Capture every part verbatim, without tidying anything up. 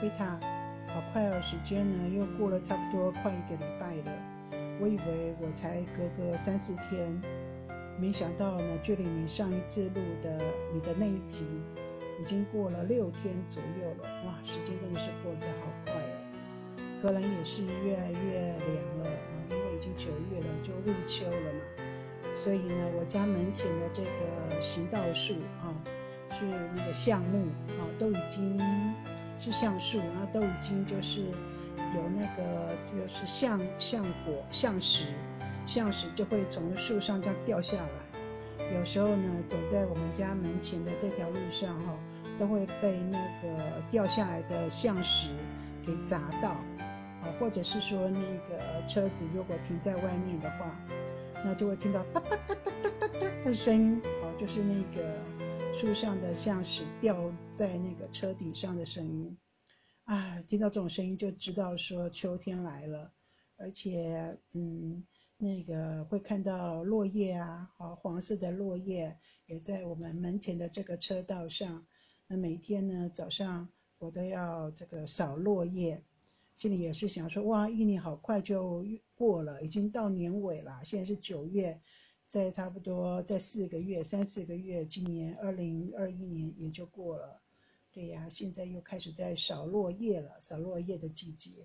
Rita， 好快哦，时间呢又过了差不多快一个礼拜了。我以为我才隔个三四天，没想到呢，距离你上一次录的你的那一集，已经过了六天左右了。哇，时间真的是过得好快哦。荷兰也是越来越凉了啊，因为已经九月了，就入秋了嘛。所以呢，我家门前的这个行道树啊，是那个橡木啊，都已经是橡树，然后都已经就是有那个就是橡橡果、橡实，橡实就会从树上这样掉下来。有时候呢，走在我们家门前的这条路上哈、哦，都会被那个掉下来的橡实给砸到啊，或者是说那个车子如果停在外面的话，那就会听到哒哒哒哒哒哒哒的声音，哦，就是那个树上的橡实掉在那个车顶上的声音。啊，听到这种声音就知道说秋天来了，而且嗯，那个会看到落叶啊，啊，黄色的落叶也在我们门前的这个车道上。那每天呢早上我都要这个扫落叶。心里也是想说，哇，一年好快就过了，已经到年尾了，现在是九月，再差不多再四个月，三四个月，今年二零二一年也就过了。对呀，现在又开始在扫落叶了，扫落叶的季节。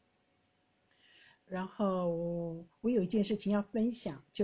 然后我有一件事情要分享，就是，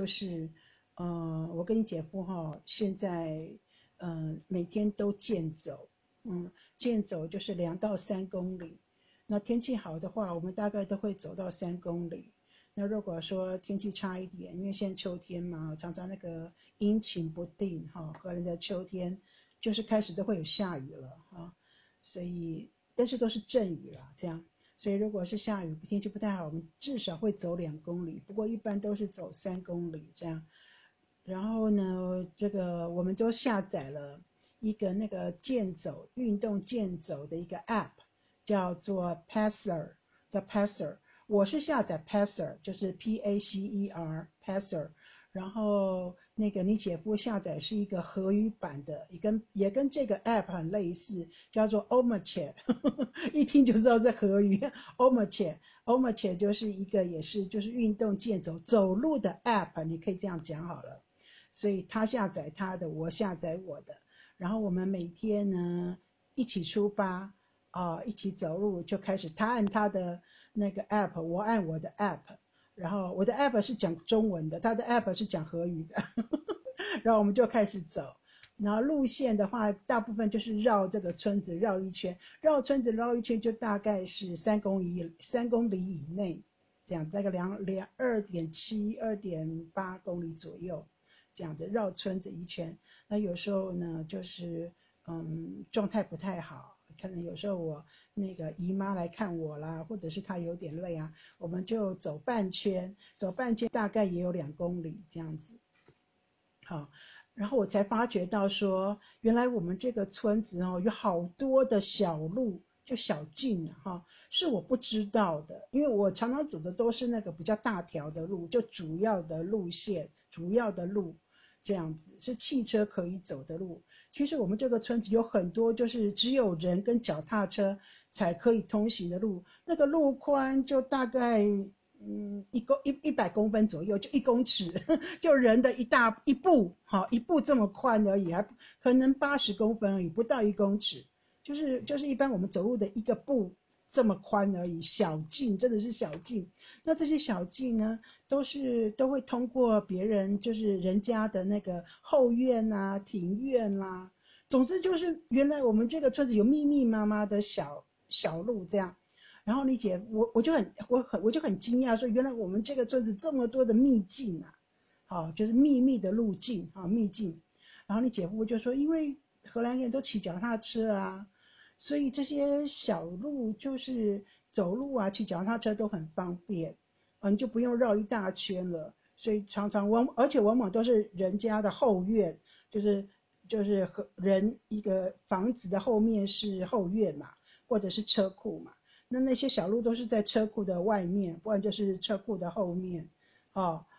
呃，我跟你姐夫哈，现在，嗯、呃，每天都健走，嗯，健走就是两到三公里。那天气好的话，我们大概都会走到三公里。那如果说天气差一点，因为现在秋天嘛，常常那个阴晴不定哈，荷兰的秋天就是开始都会有下雨了哈，所以但是都是阵雨啦，这样。所以如果是下雨，天气不太好，我们至少会走两公里，不过一般都是走三公里这样。然后呢，这个我们都下载了一个那个健走运动健走的一个 app。叫做 Pacer， 叫 Pacer， 我是下载 Pacer， 就是 P A C E R Pacer， 然后那个你姐夫下载是一个荷语版的，也跟也跟这个 app 很类似，叫做 Omache， 一听就知道是荷语。Omache Omache 就是一个也是就是运动健走走路的 app， 你可以这样讲好了。所以他下载他的，我下载我的，然后我们每天呢一起出发。啊、呃，一起走路就开始，他按他的那个 app， 我按我的 app， 然后我的 app 是讲中文的，他的 app 是讲荷语的，然后我们就开始走。然后路线的话，大部分就是绕这个村子绕一圈，绕村子绕一圈就大概是三公里三公里以内，这样大概两两二点七二点八公里左右，这样子绕村子一圈。那有时候呢，就是嗯状态不太好。可能有时候我那个姨妈来看我啦，或者是她有点累啊，我们就走半圈，走半圈大概也有两公里这样子。好，然后我才发觉到说，原来我们这个村子哦，有好多的小路，就小径啊，哈，是我不知道的，因为我常常走的都是那个比较大条的路，就主要的路线，主要的路。这样子是汽车可以走的路。其实我们这个村子有很多就是只有人跟脚踏车才可以通行的路，那个路宽就大概嗯一公一一百公分左右，就一公尺，就人的一大一步，好一步这么宽而已，还可能八十公分而已，不到一公尺，就是就是一般我们走路的一个步。这么宽而已，小径真的是小径。那这些小径呢，都是都会通过别人，就是人家的那个后院啊、庭院啦、啊。总之就是原来我们这个村子有密密麻麻的小小路这样。然后你姐，我我就很我很我就很惊讶，说原来我们这个村子这么多的秘境啊，好，就是秘密的路径啊，秘境。然后你姐夫就说，因为荷兰人都骑脚踏车啊。所以这些小路就是走路啊，骑脚踏车都很方便，嗯，你就不用绕一大圈了。所以常常往，而且往往都是人家的后院，就是就是和人一个房子的后面是后院嘛，或者是车库嘛。那那些小路都是在车库的外面，不然就是车库的后面，哦。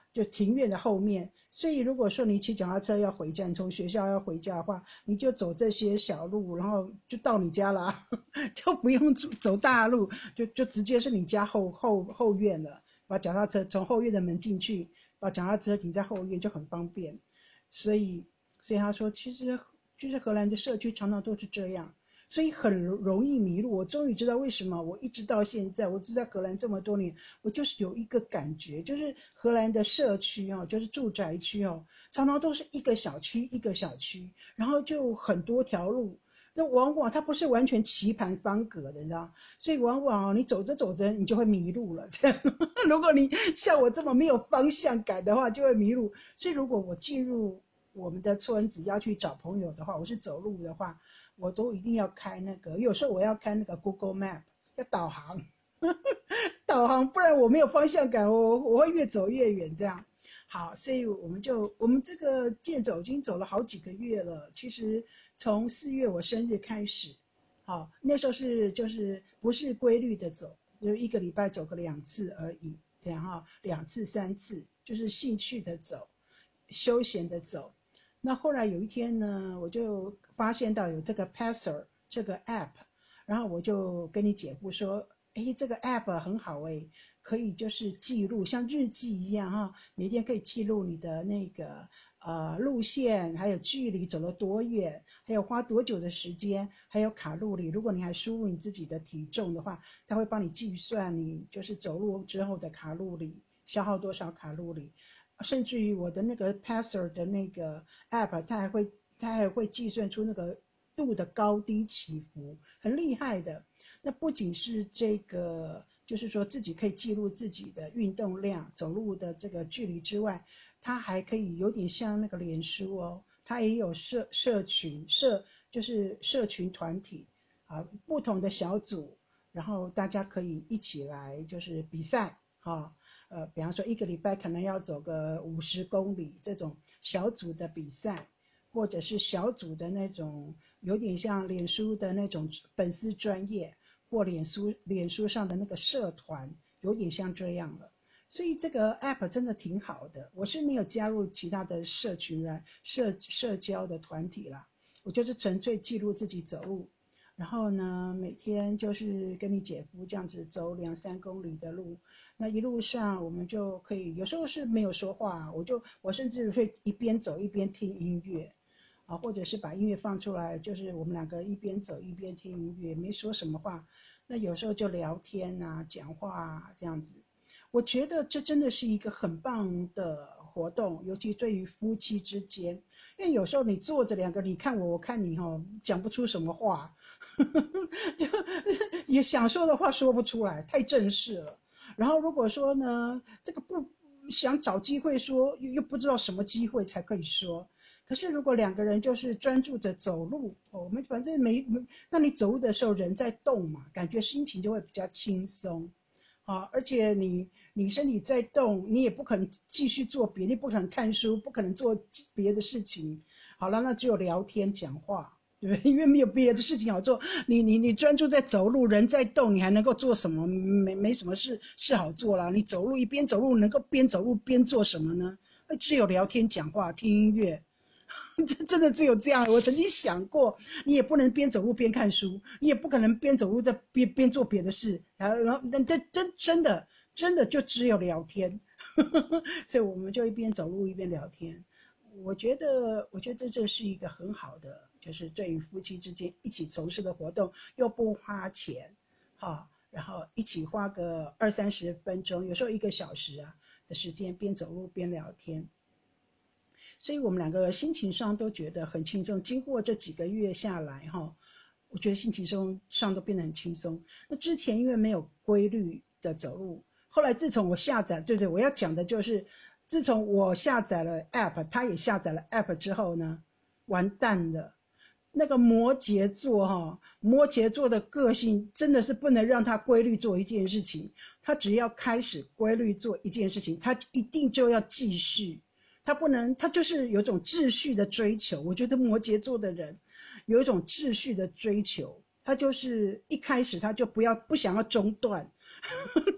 就庭院的后面。所以如果说你骑脚踏车要回家，你从学校要回家的话，你就走这些小路，然后就到你家啦，就不用走大路，就就直接是你家后后后院了。把脚踏车从后院的门进去，把脚踏车停在后院就很方便。所以，所以他说，其实就是荷兰的社区常常都是这样。所以很容易迷路。我终于知道为什么我一直到现在，我住在荷兰这么多年，我就是有一个感觉，就是荷兰的社区哦，就是住宅区哦，常常都是一个小区一个小区，然后就很多条路，那往往它不是完全棋盘方格的，你知道，所以往往哦，你走着走着你就会迷路了。这样，如果你像我这么没有方向感的话，就会迷路。所以如果我进入我们的村子要去找朋友的话，我是走路的话，我都一定要开那个，有时候我要开那个 Google Map， 要导航，导航，不然我没有方向感，我我会越走越远这样。好，所以我们就我们这个健走已经走了好几个月了。其实从四月我生日开始，好，那时候是就是不是规律的走，就一个礼拜走个两次而已，这样哈，两次三次，就是兴趣的走，休闲的走。那后来有一天呢，我就发现到有这个 Pacer 这个 app， 然后我就跟你姐夫说，诶，这个 app 很好诶，可以就是记录，像日记一样哈，每天可以记录你的那个呃路线，还有距离走了多远，还有花多久的时间，还有卡路里。如果你还输入你自己的体重的话，它会帮你计算你就是走路之后的卡路里，消耗多少卡路里。甚至于我的那个 Pacer 的那个 app， 它还会它还会计算出那个路的高低起伏，很厉害的。那不仅是这个，就是说自己可以记录自己的运动量、走路的这个距离之外，它还可以有点像那个脸书哦，它也有社社群社就是社群团体啊，不同的小组，然后大家可以一起来就是比赛啊。呃，比方说一个礼拜可能要走个五十公里这种小组的比赛，或者是小组的那种有点像脸书的那种粉丝专页，或脸书脸书上的那个社团，有点像这样了。所以这个 app 真的挺好的。我是没有加入其他的社群啊社社交的团体啦，我就是纯粹记录自己走路。然后呢，每天就是跟你姐夫这样子走两三公里的路，那一路上我们就可以，有时候是没有说话，我就我甚至会一边走一边听音乐，啊，或者是把音乐放出来，就是我们两个一边走一边听音乐，没说什么话，那有时候就聊天啊、讲话啊这样子。我觉得这真的是一个很棒的活动，尤其对于夫妻之间，因为有时候你坐着两个，你看我，我看你哦，讲不出什么话，就也想说的话说不出来，太正式了。然后如果说呢，这个不想找机会说，又又不知道什么机会才可以说。可是如果两个人就是专注的走路，哦，我们反正没没，那你走路的时候人在动嘛，感觉心情就会比较轻松。啊，而且你你身体在动，你也不可能继续做别的，你不可能看书，不可能做别的事情。好了，那只有聊天讲话，对不对？因为没有别的事情好做，你你你专注在走路，人在动，你还能够做什么？没没什么事事好做啦。你走路一边走路，能够边走路边做什么呢？只有聊天讲话，听音乐。真的只有这样。我曾经想过，你也不能边走路边看书，你也不可能边走路在边边做别的事，然后然后那真真真的真的就只有聊天，所以我们就一边走路一边聊天。我觉得我觉得这是一个很好的，就是对于夫妻之间一起从事的活动，又不花钱，哈，然后一起花个二三十分钟，有时候一个小时啊的时间，边走路边聊天。所以我们两个心情上都觉得很轻松。经过这几个月下来哈，我觉得心情上都变得很轻松。那之前因为没有规律的走路，后来自从我下载，对对，我要讲的就是，自从我下载了 app， 他也下载了 app 之后呢，完蛋了。那个摩羯座哈，摩羯座的个性真的是不能让他规律做一件事情，他只要开始规律做一件事情，他一定就要继续。他不能，他就是有一种秩序的追求。我觉得摩羯座的人有一种秩序的追求，他就是一开始他就不要不想要中断，你知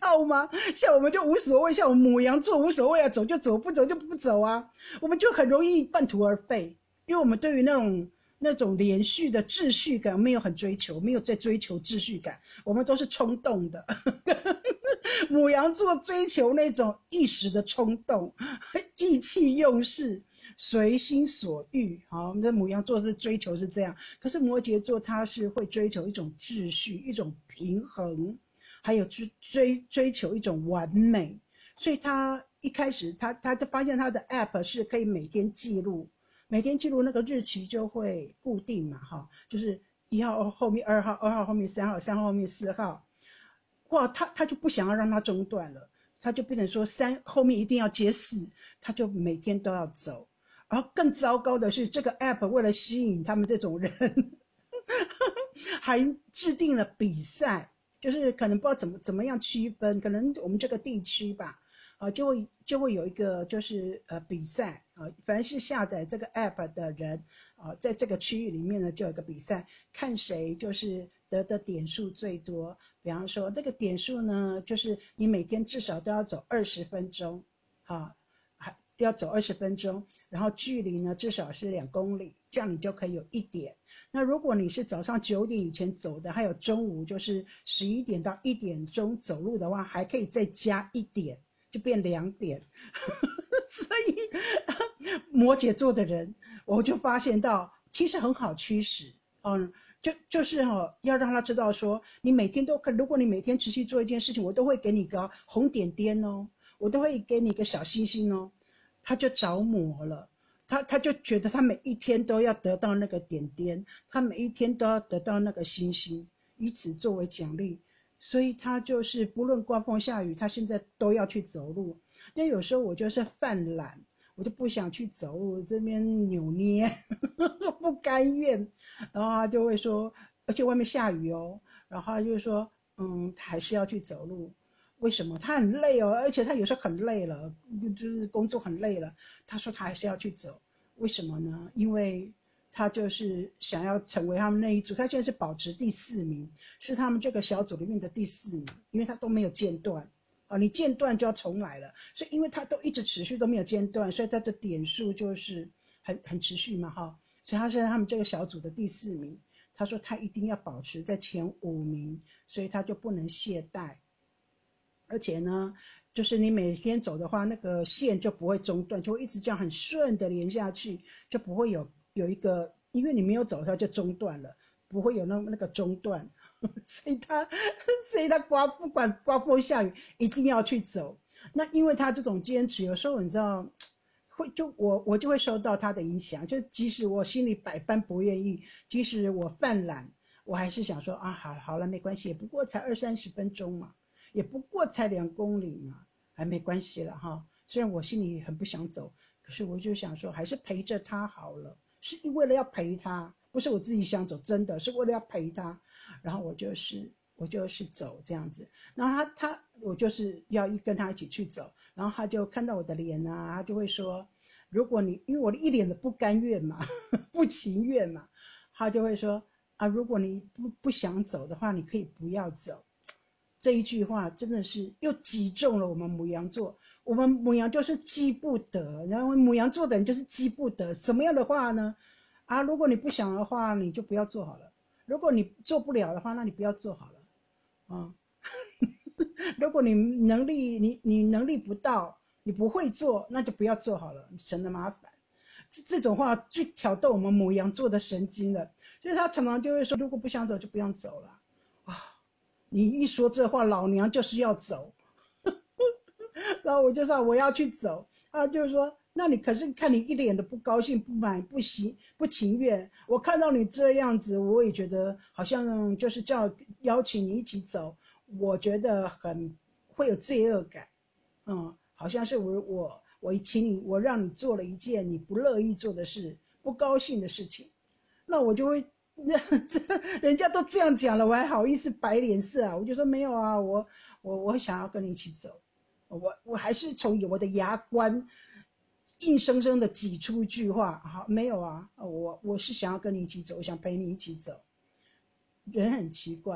道吗？像我们就无所谓，像我们牡羊座无所谓啊，走就走，不走就不走啊，我们就很容易半途而废，因为我们对于那种那种连续的秩序感没有很追求，没有在追求秩序感，我们都是冲动的。牡羊座追求那种一时的冲动，意气用事，随心所欲。好，我们的牡羊座是追求是这样，可是摩羯座他是会追求一种秩序，一种平衡，还有追追追求一种完美。所以他一开始他他就发现他的 app 是可以每天记录，每天记录那个日期就会固定嘛，哈，就是一号后面二号，二号后面三号，三号后面四号。哇，他他就不想要让它中断了，他就变成说三后面一定要接四，他就每天都要走。然后更糟糕的是，这个 app 为了吸引他们这种人，还制定了比赛，就是可能不知道怎么怎么样区分，可能我们这个地区吧，啊，就会就会有一个就是呃比赛啊，凡是下载这个 app 的人啊，在这个区域里面呢，就有一个比赛，看谁就是得的点数最多。比方说，这个点数呢，就是你每天至少都要走二十分钟，啊，还要走二十分钟，然后距离呢至少是两公里，这样你就可以有一点。那如果你是早上九点以前走的，还有中午就是十一点到一点钟走路的话，还可以再加一点。就变两点，所以摩羯座的人，我就发现到其实很好驱使，嗯，就就是哦，要让他知道说，你每天都可，如果你每天持续做一件事情，我都会给你个红点点哦，我都会给你个小星星哦，他就着魔了，他他就觉得他每一天都要得到那个点点，他每一天都要得到那个星星，以此作为奖励。所以他就是不论刮风下雨，他现在都要去走路。因为有时候我就是犯懒，我就不想去走路，这边扭捏，不甘愿。然后他就会说，而且外面下雨哦，然后他就说，嗯，他还是要去走路。为什么？他很累哦，而且他有时候很累了，就是工作很累了。他说他还是要去走，为什么呢？因为他就是想要成为他们那一组，他现在是保持第四名，是他们这个小组里面的第四名，因为他都没有间断，啊，你间断就要重来了，所以因为他都一直持续都没有间断，所以他的点数就是很很持续嘛，哈，所以他是他们这个小组的第四名，他说他一定要保持在前五名，所以他就不能懈怠，而且呢，就是你每天走的话，那个线就不会中断，就会一直这样很顺的连下去，就不会有有一个，因为你没有走它就中断了，不会有那那个中断，所以他所以他刮不管刮风下雨一定要去走。那因为他这种坚持，有时候你知道。会就我我就会受到他的影响，就即使我心里百般不愿意，即使我犯懒，我还是想说啊，好好了，没关系，不过才二三十分钟嘛。也不过才两公里嘛，还没关系了哈。虽然我心里很不想走，可是我就想说，还是陪着他好了，是为了要陪他，不是我自己想走，真的是为了要陪他。然后我就是我就是走这样子，然后他他我就是要跟他一起去走，然后他就看到我的脸啊，他就会说，如果你因为我一脸的不甘愿嘛，不情愿嘛，他就会说啊，如果你不不想走的话，你可以不要走。这一句话真的是又击中了我们牡羊座，我们牡羊就是激不得，然后牡羊座的人就是激不得，什么样的话呢？啊，如果你不想的话，你就不要做好了；如果你做不了的话，那你不要做好了啊。如果你能力你你能力不到，你不会做，那就不要做好了，省得麻烦。这这种话最挑逗我们牡羊座的神经了，所以他常常就会说，如果不想走就不用走了。啊，你一说这话，老娘就是要走。然后我就说我要去走，他就说那你可是看你一脸的不高兴、不满、不行、不情愿，我看到你这样子，我也觉得好像就是叫邀请你一起走，我觉得很会有罪恶感，嗯，好像是我我我请你，我让你做了一件你不乐意做的事，不高兴的事情，那我就会。那人家都这样讲了，我还好意思摆脸色啊？我就说没有啊，我我我想要跟你一起走。我我还是从我的牙关硬生生的挤出一句话，好，没有啊，我我是想要跟你一起走，我想陪你一起走。人很奇怪，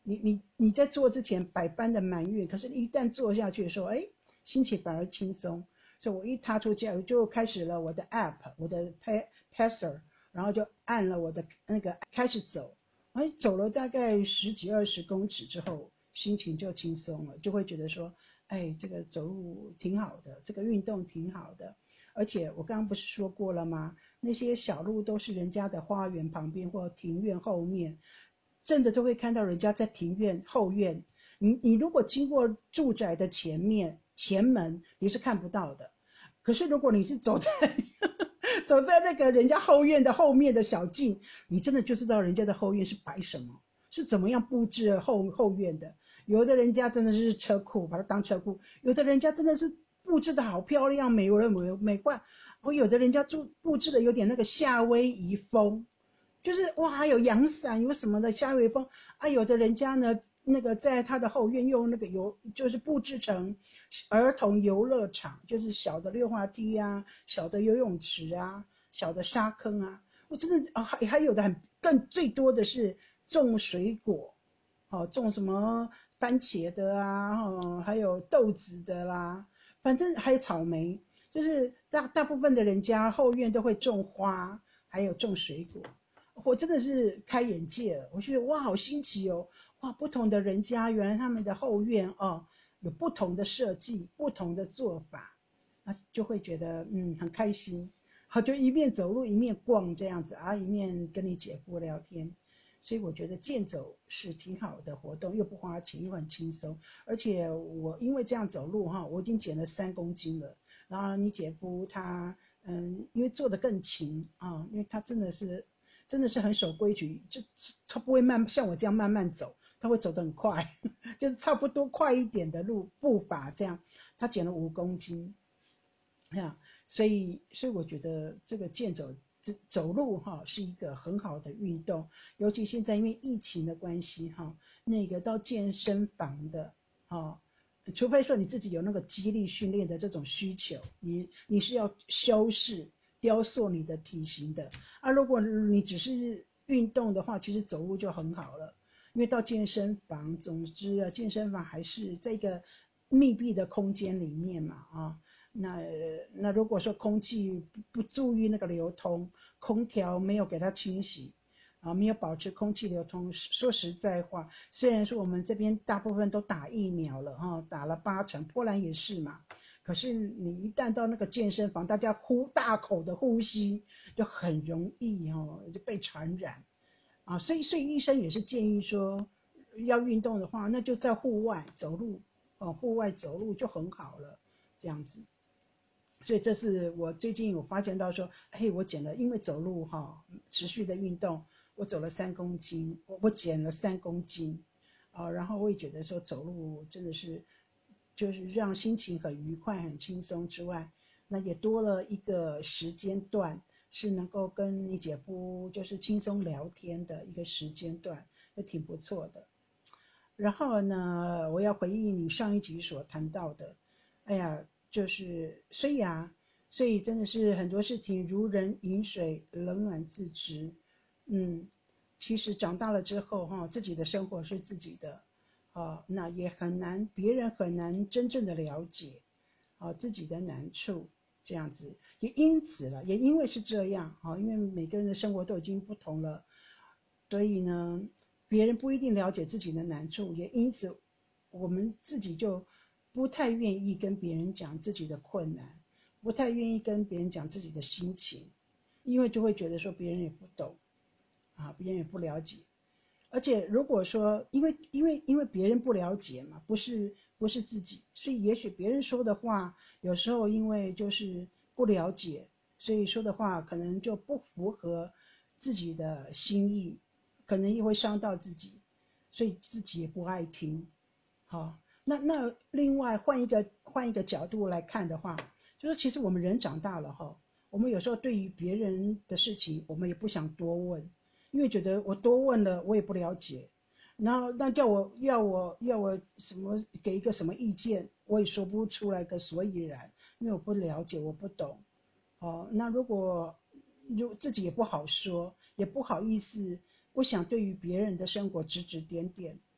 你你你在做之前百般的埋怨，可是一旦做下去的时候，哎，心情反而轻松。所以我一踏出家，我就开始了我的 app， 我的 pacer， 然后就按了我的那个开始走，哎，走了大概十几二十公尺之后，心情就轻松了，就会觉得说，哎，这个走路挺好的，这个运动挺好的。而且我刚刚不是说过了吗？那些小路都是人家的花园旁边或庭院后面，真的都会看到人家在庭院后院。你你如果经过住宅的前面前门，你是看不到的。可是如果你是走在走在那个人家后院的后面的小径，你真的就知道人家的后院是摆什么，是怎么样布置后后院的。有的人家真的是车库，把它当车库；有的人家真的是布置的好漂亮，美轮美美奂。我有的人家住布置的有点那个夏威夷风，就是哇，有阳伞，有什么的夏威夷风啊。有的人家呢，那个在他的后院用那个游，就是布置成儿童游乐场，就是小的溜滑梯啊，小的游泳池啊，小的沙坑啊。我真的啊，还还有的很更最多的是种水果，哦，种什么番茄的啊，哦，还有豆子的啦，反正还有草莓。就是大大部分的人家后院都会种花，还有种水果。我真的是开眼界了，我觉得哇，好新奇哦！哇，不同的人家原来他们的后院哦，有不同的设计，不同的做法，啊，就会觉得嗯很开心。好，就一面走路一面逛这样子啊，一面跟你姐夫聊天。所以我觉得健走是挺好的活动，又不花钱，又很轻松。而且我因为这样走路哈，我已经减了三公斤了。然后你姐夫他嗯，因为做得更勤啊，因为他真的是真的是很守规矩，就他不会慢像我这样慢慢走，他会走得很快，就是差不多快一点的路步伐这样。他减了五公斤，啊，所以所以我觉得这个健走走路哈是一个很好的运动，尤其现在因为疫情的关系哈，那个到健身房的啊，除非说你自己有那个肌力训练的这种需求，你你是要修饰雕塑你的体型的啊。如果你只是运动的话，其实走路就很好了，因为到健身房，总之啊，健身房还是在一个密闭的空间里面嘛啊。那那如果说空气不不注意那个流通，空调没有给它清洗，啊，没有保持空气流通，说实在话，虽然说我们这边大部分都打疫苗了哈，打了八成，波兰也是嘛，可是你一旦到那个健身房，大家呼大口的呼吸，就很容易哦就被传染，啊，所以所以医生也是建议说，要运动的话，那就在户外走路，哦，户外走路就很好了，这样子。所以这是我最近有发现到说，嘿，我减了，因为走路哈，持续的运动，我走了三公斤，我我减了三公斤，啊，然后我也觉得说走路真的是，就是让心情很愉快、很轻松之外，那也多了一个时间段是能够跟你姐夫就是轻松聊天的一个时间段，也挺不错的。然后呢，我要回应你上一集所谈到的，哎呀，就是所以啊，所以真的是很多事情如人饮水，冷暖自知。嗯，其实长大了之后哈，自己的生活是自己的，啊，那也很难，别人很难真正的了解，啊，自己的难处这样子。也因此了，也因为是这样，啊，因为每个人的生活都已经不同了，所以呢，别人不一定了解自己的难处，也因此，我们自己就不太愿意跟别人讲自己的困难，不太愿意跟别人讲自己的心情，因为就会觉得说别人也不懂，啊，别人也不了解。而且如果说，因为因为因为别人不了解嘛，不是不是自己，所以也许别人说的话，有时候因为就是不了解，所以说的话可能就不符合自己的心意，可能也会伤到自己，所以自己也不爱听。好，那那另外换一个换一个角度来看的话，就是其实我们人长大了哈，我们有时候对于别人的事情，我们也不想多问。因为觉得我多问了，我也不了解，然后那叫我要我要我什么给一个什么意见，我也说不出来个所以然，因为我不了解，我不懂。哦，那如果如自己也不好说，也不好意思，不想对于别人的生活指指点点，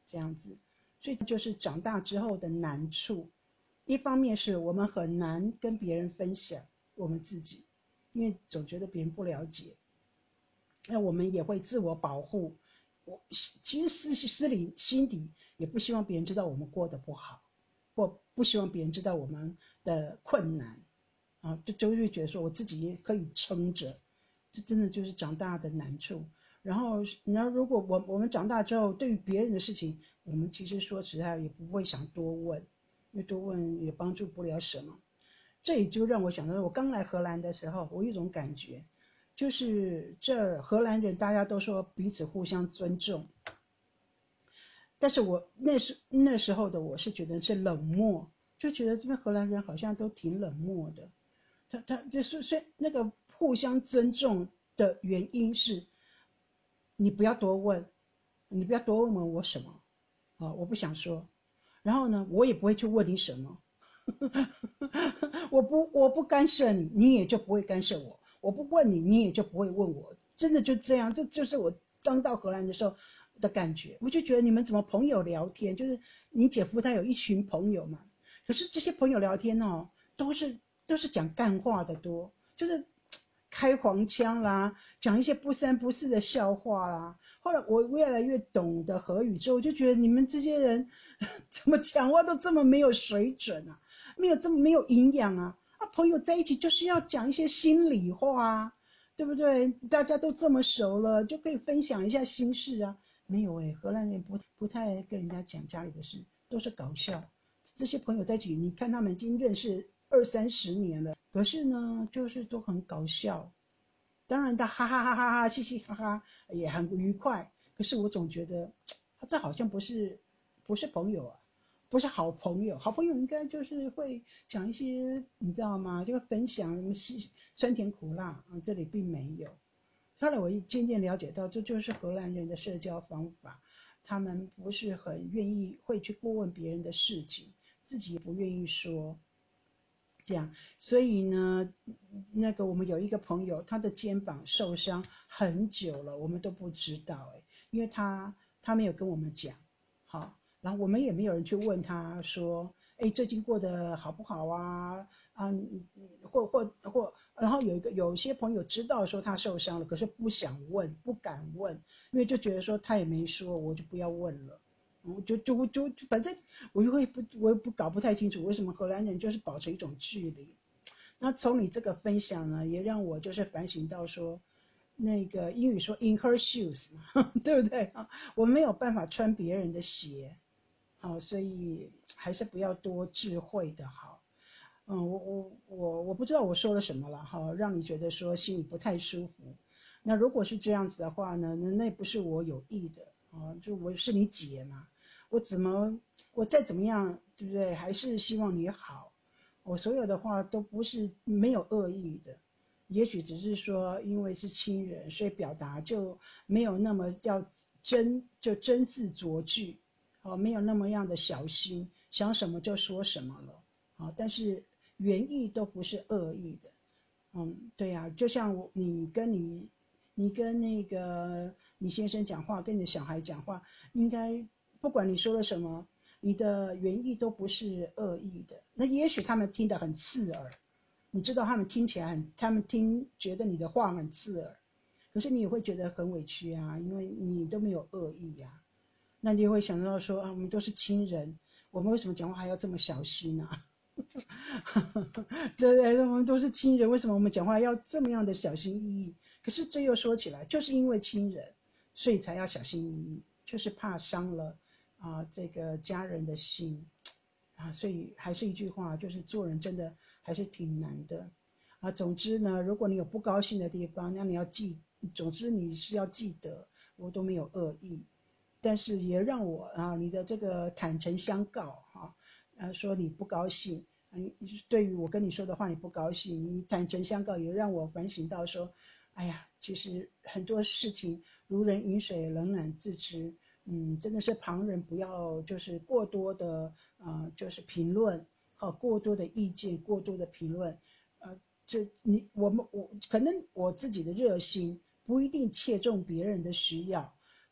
这样子。所以就是长大之后的难处，一方面是我们很难跟别人分享我们自己，因为总觉得别人不了解，那我们也会自我保护。我其实私私里心底也不希望别人知道我们过得不好，或不希望别人知道我们的困难啊，就就会觉得说我自己也可以撑着，这真的就是长大的难处。然后，然后如果我我们长大之后，对于别人的事情，我们其实说实在也不会想多问，因为多问也帮助不了什么。这也就让我想到，我刚来荷兰的时候，我有一种感觉，就是这荷兰人大家都说彼此互相尊重，但是我那时那时候的我是觉得是冷漠，就觉得这边荷兰人好像都挺冷漠的。他他就是所以那个互相尊重的原因是。你不要多问，你不要多问问我什么啊，我不想说。然后呢，我也不会去问你什么，我不我不干涉你，你也就不会干涉我。我不问你，你也就不会问我。真的就这样，这就是我刚到荷兰的时候的感觉。我就觉得你们怎么朋友聊天，就是你姐夫他有一群朋友嘛，可是这些朋友聊天哦，都是都是讲干话的多，就是。开黄腔啦，讲一些不三不四的笑话啦。后来我越来越懂得荷语之后，我就觉得你们这些人怎么讲话都这么没有水准啊，没有这么没有营养啊！啊，朋友在一起就是要讲一些心里话啊，对不对？大家都这么熟了，就可以分享一下心事啊。没有诶，荷兰人不不太跟人家讲家里的事，都是搞笑。这些朋友在一起，你看他们已经认识二三十年了。可是呢，就是都很搞笑，当然他哈哈哈哈哈，嘻嘻哈哈也很愉快。可是我总觉得，他这好像不是不是朋友啊，不是好朋友。好朋友应该就是会讲一些，你知道吗？这个分享什么酸甜苦辣啊，这里并没有。后来我渐渐了解到，这就是荷兰人的社交方法，他们不是很愿意会去过问别人的事情，自己也不愿意说。这样，所以呢，那个我们有一个朋友，他的肩膀受伤很久了，我们都不知道哎，因为他他没有跟我们讲，好，然后我们也没有人去问他说，哎，最近过得好不好啊？啊，或或或，然后有一个有些朋友知道说他受伤了，可是不想问，不敢问，因为就觉得说他也没说，我就不要问了。我就就就就反正我又会不我也不搞不太清楚为什么荷兰人就是保持一种距离。那从你这个分享呢，也让我就是反省到说，那个英语说 in her shoes 嘛，对不对啊？我没有办法穿别人的鞋，好，所以还是不要多智慧的好。嗯，我我我我不知道我说了什么了哈，让你觉得说心里不太舒服。那如果是这样子的话呢，那那不是我有意的啊，就我是你姐嘛，我怎么我再怎么样，对不对？还是希望你好。我所有的话都不是没有恶意的，也许只是说因为是亲人，所以表达就没有那么要真就真字酌句，哦，没有那么样的小心，想什么就说什么了。啊，但是原意都不是恶意的，嗯，对呀、啊，就像我你跟你你跟那个你先生讲话，跟你的小孩讲话，应该不管你说了什么，你的原意都不是恶意的。那也许他们听得很刺耳，你知道他们听起来很，他们听觉得你的话很刺耳，可是你也会觉得很委屈啊，因为你都没有恶意呀、啊，那你也会想到说啊，我们都是亲人，我们为什么讲话还要这么小心啊？对对，我们都是亲人，为什么我们讲话要这么样的小心翼翼？可是这又说起来，就是因为亲人，所以才要小心翼翼，就是怕伤了啊这个家人的心啊。所以还是一句话，就是做人真的还是挺难的啊。总之呢，如果你有不高兴的地方，那你要记，总之你是要记得，我都没有恶意，但是也让我啊，你的这个坦诚相告哈。呃，说你不高兴，嗯，对于我跟你说的话你不高兴，你坦诚相告，也让我反省到说，哎呀，其实很多事情如人饮水，冷暖自知，嗯，真的是旁人不要就是过多的呃，就是评论，好，过多的意见，过多的评论，呃，这你我们我可能我自己的热心不一定切中别人的需要。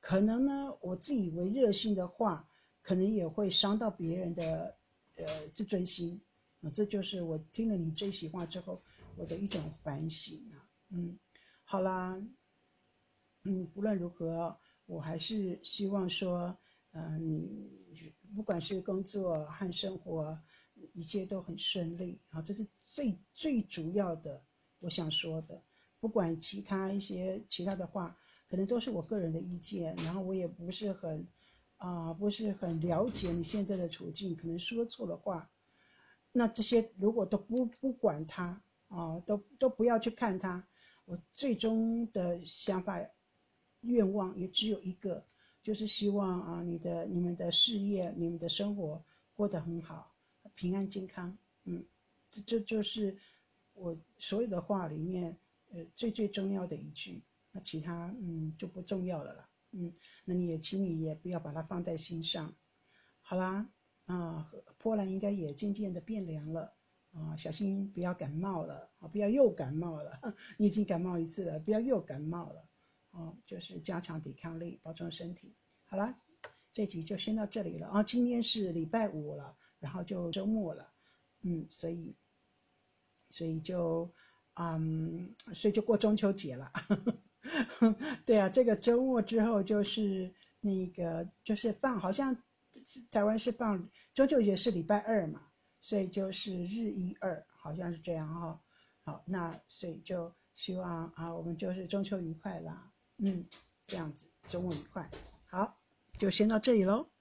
可能呢我自以为热心的话，可能也会伤到别人的呃自尊心啊，这就是我听了你这席话之后我的一种反省啊。嗯，好啦，嗯，不论如何，我还是希望说，呃，你不管是工作和生活，一切都很顺利啊，这是最最主要的，我想说的。不管其他一些其他的话，可能都是我个人的意见，然后我也不是很啊、呃，不是很了解你现在的处境，可能说错了话。那这些如果都不不管它啊，都都不要去看它，我最终的想法愿望也只有一个，就是希望啊你的你们的事业、你们的生活过得很好，平安健康。嗯，这这就是我所有的话里面呃最最重要的一句，那其他嗯就不重要了啦。嗯，那你也请你也不要把它放在心上。好啦，啊，波兰应该也渐渐的变凉了啊，小心不要感冒了啊，不要又感冒了，你已经感冒一次了，不要又感冒了。哦，就是加强抵抗力，保重身体。好啦，这集就先到这里了啊，今天是礼拜五了，然后就周末了，嗯，所以所以就嗯，所以就过中秋节了。对啊，这个周末之后就是那个就是放，好像台湾是放中秋节是礼拜二嘛，所以就是日一二，好像是这样哈、哦。好，那所以就希望啊，我们就是中秋愉快啦，嗯，这样子，周末愉快。好，就先到这里喽。